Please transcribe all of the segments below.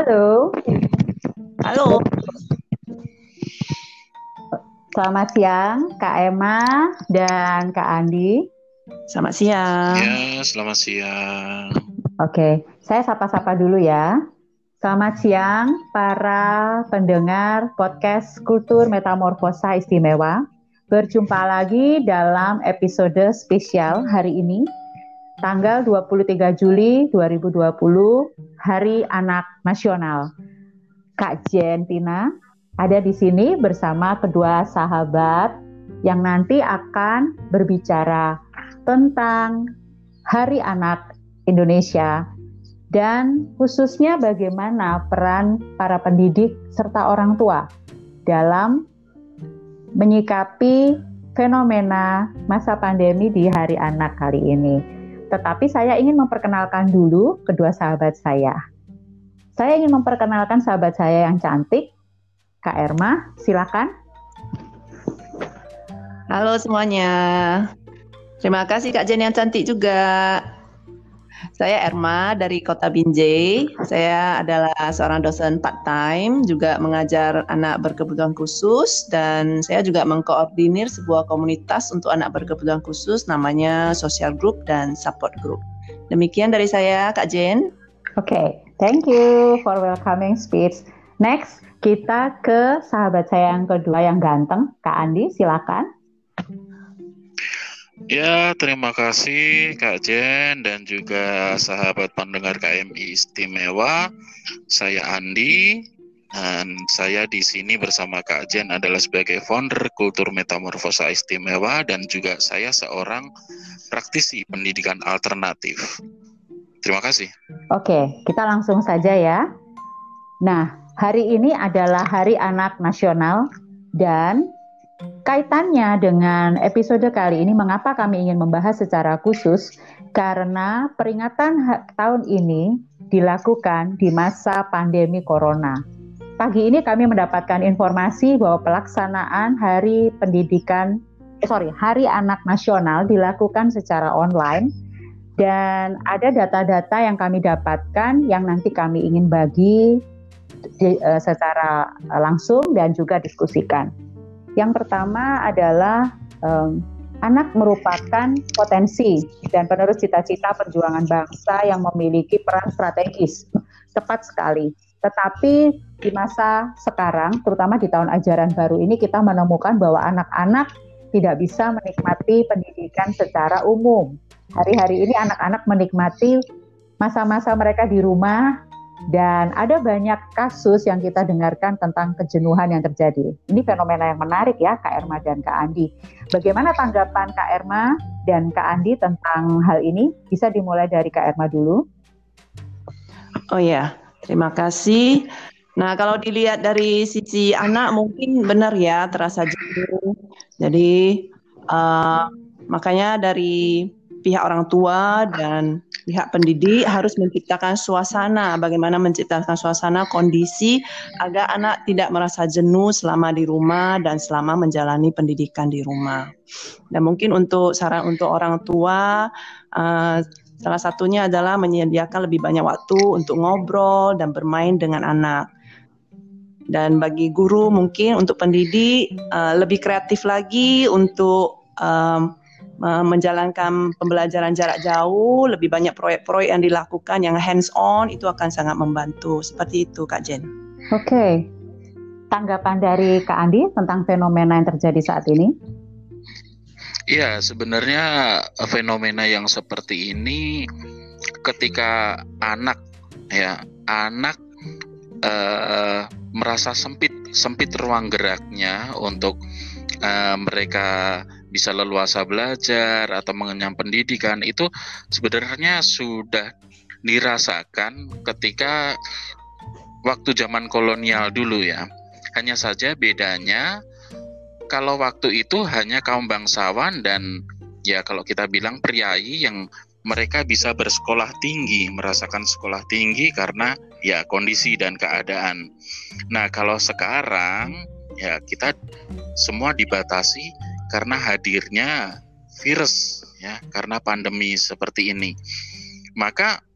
Halo, Halo, selamat siang Kak Emma dan Kak Andi. selamat siang. Ya, selamat siang. Oke, saya sapa-sapa dulu ya. Selamat siang para pendengar podcast Kultur Metamorfosa Istimewa. Berjumpa lagi dalam episode spesial hari ini, tanggal 23 Juli 2020, Hari Anak Nasional. Kak Jen Tina ada di sini bersama kedua sahabat yang nanti akan berbicara tentang Hari Anak Indonesia dan khususnya bagaimana peran para pendidik serta orang tua dalam menyikapi fenomena masa pandemi di Hari Anak kali ini. Tetapi saya ingin memperkenalkan dulu kedua sahabat saya. Saya ingin memperkenalkan sahabat saya yang cantik, Kak Erma, silakan. Halo semuanya. Terima kasih Kak Jen yang cantik juga. Saya Erma dari Kota Binjai. Saya adalah seorang dosen part-time, juga mengajar anak berkebutuhan khusus, dan saya juga mengkoordinir sebuah komunitas untuk anak berkebutuhan khusus, namanya Social Group dan Support Group. Demikian dari saya, Kak Jen. Oke, thank you for welcoming speech. Next, kita ke sahabat saya yang kedua yang ganteng, Kak Andi, silakan. Ya, terima kasih Kak Jen dan juga sahabat pendengar KMI Istimewa. Saya Andi dan saya di sini bersama Kak Jen adalah sebagai founder Kultur Metamorfosa Istimewa dan juga saya seorang praktisi pendidikan alternatif. Terima kasih. Oke, kita langsung saja ya. Nah, hari ini adalah Hari Anak Nasional dan kaitannya dengan episode kali ini, mengapa kami ingin membahas secara khusus? Karena peringatan tahun ini dilakukan di masa pandemi corona. Pagi ini kami mendapatkan informasi bahwa pelaksanaan Hari Anak Nasional dilakukan secara online dan ada data-data yang kami dapatkan yang nanti kami ingin bagi secara langsung dan juga diskusikan. Yang pertama adalah anak merupakan potensi dan penerus cita-cita perjuangan bangsa yang memiliki peran strategis, tepat sekali. Tetapi di masa sekarang, terutama di tahun ajaran baru ini, kita menemukan bahwa anak-anak tidak bisa menikmati pendidikan secara umum. Hari-hari ini anak-anak menikmati masa-masa mereka di rumah, dan ada banyak kasus yang kita dengarkan tentang kejenuhan yang terjadi. Ini fenomena yang menarik ya, Kak Erma dan Kak Andi. Bagaimana tanggapan Kak Erma dan Kak Andi tentang hal ini? Bisa dimulai dari Kak Erma dulu. Oh ya, terima kasih. Nah, kalau dilihat dari sisi anak mungkin benar ya, terasa jenuh. Jadi makanya dari pihak orang tua dan pihak pendidik harus menciptakan suasana, bagaimana menciptakan suasana kondisi agar anak tidak merasa jenuh selama di rumah dan selama menjalani pendidikan di rumah. Dan mungkin untuk saran untuk orang tua, salah satunya adalah menyediakan lebih banyak waktu untuk ngobrol dan bermain dengan anak. Dan bagi guru mungkin untuk pendidik lebih kreatif lagi untuk menjalankan pembelajaran jarak jauh, lebih banyak proyek-proyek yang dilakukan yang hands on, itu akan sangat membantu. Seperti itu Kak Jen. Oke. Tanggapan dari Kak Andi tentang fenomena yang terjadi saat ini? Ya, sebenarnya fenomena yang seperti ini ketika anak merasa sempit ruang geraknya untuk mereka bisa leluasa belajar atau mengenyam pendidikan, itu sebenarnya sudah dirasakan ketika waktu zaman kolonial dulu ya. Hanya saja bedanya kalau waktu itu hanya kaum bangsawan dan ya kalau kita bilang priayi yang mereka bisa bersekolah tinggi, merasakan sekolah tinggi karena ya kondisi dan keadaan. Nah, kalau sekarang ya kita semua dibatasi karena hadirnya virus ya, karena pandemi seperti ini. Maka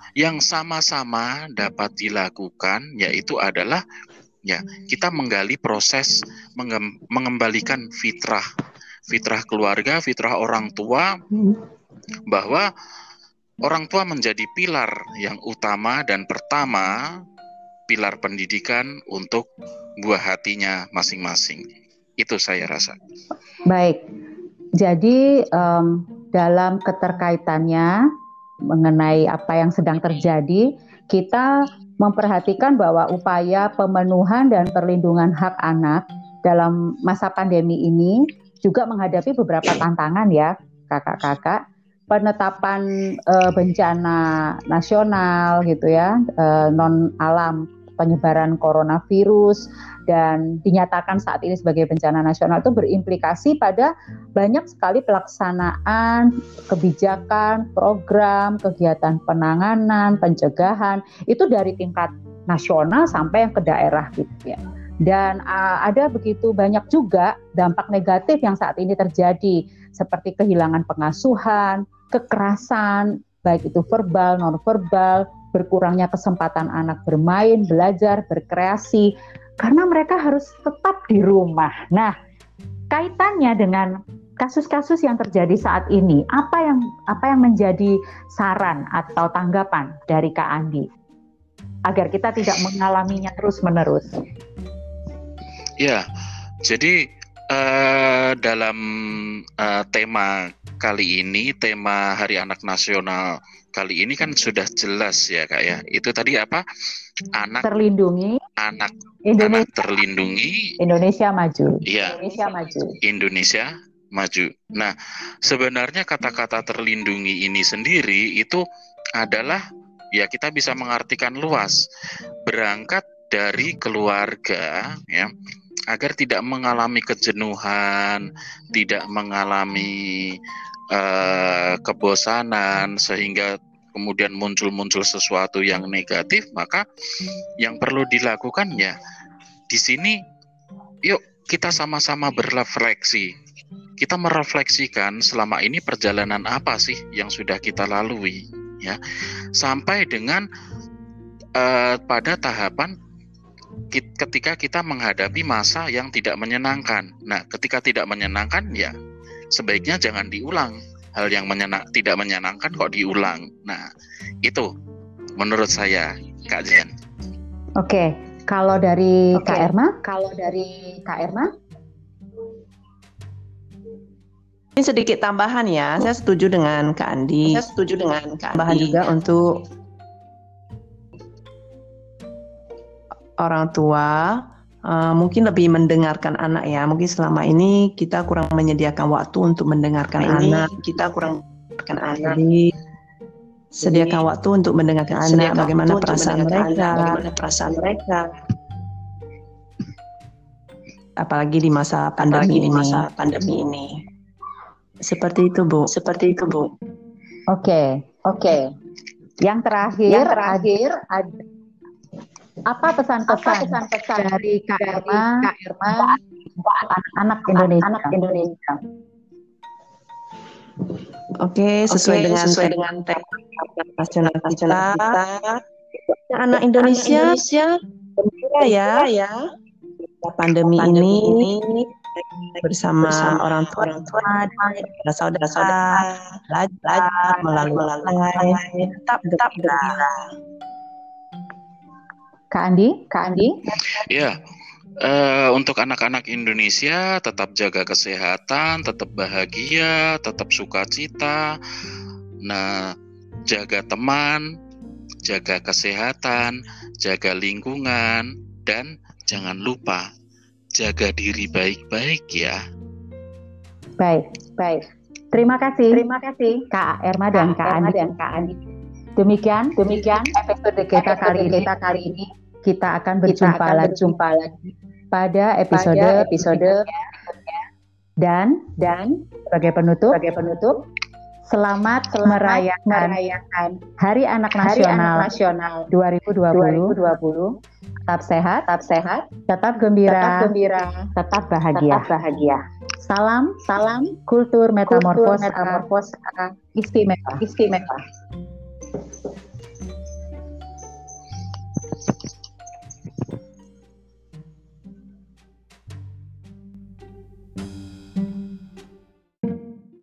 yang sama-sama dapat dilakukan yaitu adalah ya kita menggali proses mengembalikan fitrah keluarga, fitrah orang tua, bahwa orang tua menjadi pilar yang utama dan pertama, pilar pendidikan untuk buah hatinya masing-masing. Itu saya rasa. Baik, jadi dalam keterkaitannya mengenai apa yang sedang terjadi, kita memperhatikan bahwa upaya pemenuhan dan perlindungan hak anak dalam masa pandemi ini juga menghadapi beberapa tantangan ya, kakak-kakak. Penetapan bencana nasional gitu ya, non alam, penyebaran coronavirus dan dinyatakan saat ini sebagai bencana nasional itu berimplikasi pada banyak sekali pelaksanaan kebijakan, program, kegiatan penanganan, pencegahan itu dari tingkat nasional sampai yang ke daerah gitu ya. Dan ada begitu banyak juga dampak negatif yang saat ini terjadi seperti kehilangan pengasuhan, kekerasan, baik itu verbal, non-verbal, berkurangnya kesempatan anak bermain, belajar, berkreasi, karena mereka harus tetap di rumah. Nah, kaitannya dengan kasus-kasus yang terjadi saat ini, apa yang menjadi saran atau tanggapan dari Kak Andi agar kita tidak mengalaminya terus-menerus? Ya, jadi dalam tema kali ini, tema Hari Anak Nasional kali ini kan sudah jelas ya Kak ya. Itu tadi apa? Anak terlindungi, anak terlindungi, Indonesia maju. Iya. Indonesia maju. Indonesia maju. Nah, sebenarnya kata-kata terlindungi ini sendiri itu adalah ya kita bisa mengartikan luas. Berangkat dari keluarga ya, agar tidak mengalami kejenuhan, tidak mengalami kebosanan sehingga kemudian muncul sesuatu yang negatif, maka yang perlu dilakukan ya di sini yuk kita sama-sama berrefleksi. Kita merefleksikan selama ini perjalanan apa sih yang sudah kita lalui ya. Sampai dengan pada tahapan ketika kita menghadapi masa yang tidak menyenangkan. Nah, ketika tidak menyenangkan ya sebaiknya jangan diulang. Hal yang tidak menyenangkan kok diulang. Nah, itu menurut saya, Kak Jen. Oke, kalau dari Kak Erma? Ini sedikit tambahan ya. Saya setuju dengan Kak Andi. Tambahan juga untuk orang tua. Mungkin lebih mendengarkan anak ya. Mungkin selama ini kita kurang menyediakan waktu untuk mendengarkan anak. Jadi sediakan waktu untuk mendengarkan anak, bagaimana perasaan mereka. Apalagi di masa pandemi ini. Seperti itu, Bu. Oke. Yang terakhir apa pesan-pesan dari Kak Irma anak Indonesia? Oke, sesuai dengan tema nasional kita. Anak Indonesia gembira ya. Pandemi ini bersama orang tua dan saudara-saudara belajar melalui online, tetap gembira. Kak Andi? Ya, untuk anak-anak Indonesia tetap jaga kesehatan, tetap bahagia, tetap sukacita. Nah, jaga teman, jaga kesehatan, jaga lingkungan, dan jangan lupa jaga diri baik-baik ya. Baik. Terima kasih Kak Erma dan Kak Andi. Demikian episode kita kali ini. Kita akan berjumpa lagi pada episode dan sebagai penutup selamat merayakan Hari Anak Nasional 2020. Tetap sehat, tetap gembira, tetap bahagia. Salam kultur metamorfosa istimewa.